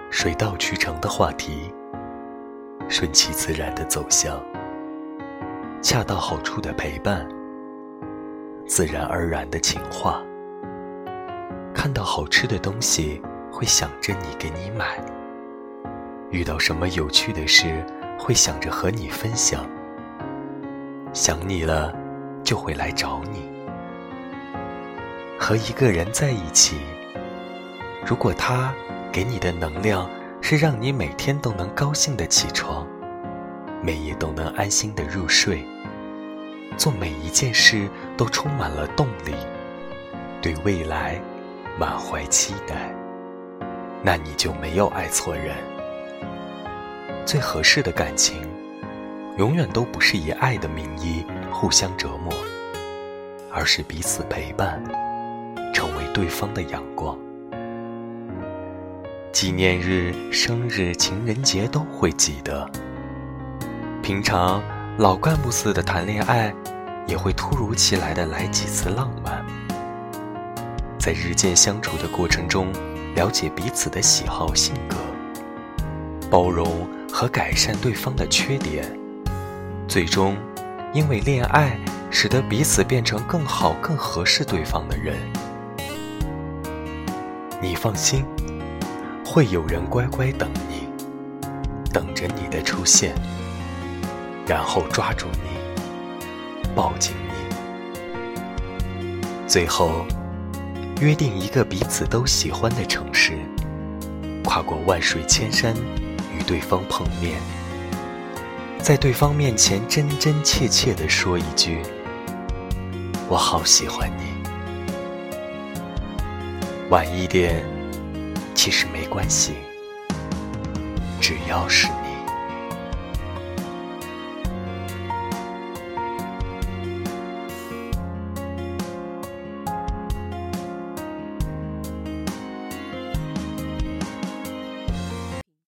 水到渠成的话题，顺其自然的走向，恰到好处的陪伴，自然而然的情话。看到好吃的东西会想着你给你买，遇到什么有趣的事会想着和你分享，想你了就会来找你。和一个人在一起，如果他给你的能量是让你每天都能高兴地起床，每夜都能安心地入睡，做每一件事都充满了动力，对未来满怀期待，那你就没有爱错人。最合适的感情永远都不是以爱的名义互相折磨，而是彼此陪伴，成为对方的阳光。纪念日、生日、情人节都会记得，平常老干部似的谈恋爱，也会突如其来的来几次浪漫。在日渐相处的过程中，了解彼此的喜好、性格，包容和改善对方的缺点，最终因为恋爱使得彼此变成更好、更合适对方的人。你放心，会有人乖乖等你，等着你的出现，然后抓住你，抱紧你。最后约定一个彼此都喜欢的城市，跨过万水千山与对方碰面，在对方面前真真切切地说一句：我好喜欢你。晚一点其实没关系，只要是你。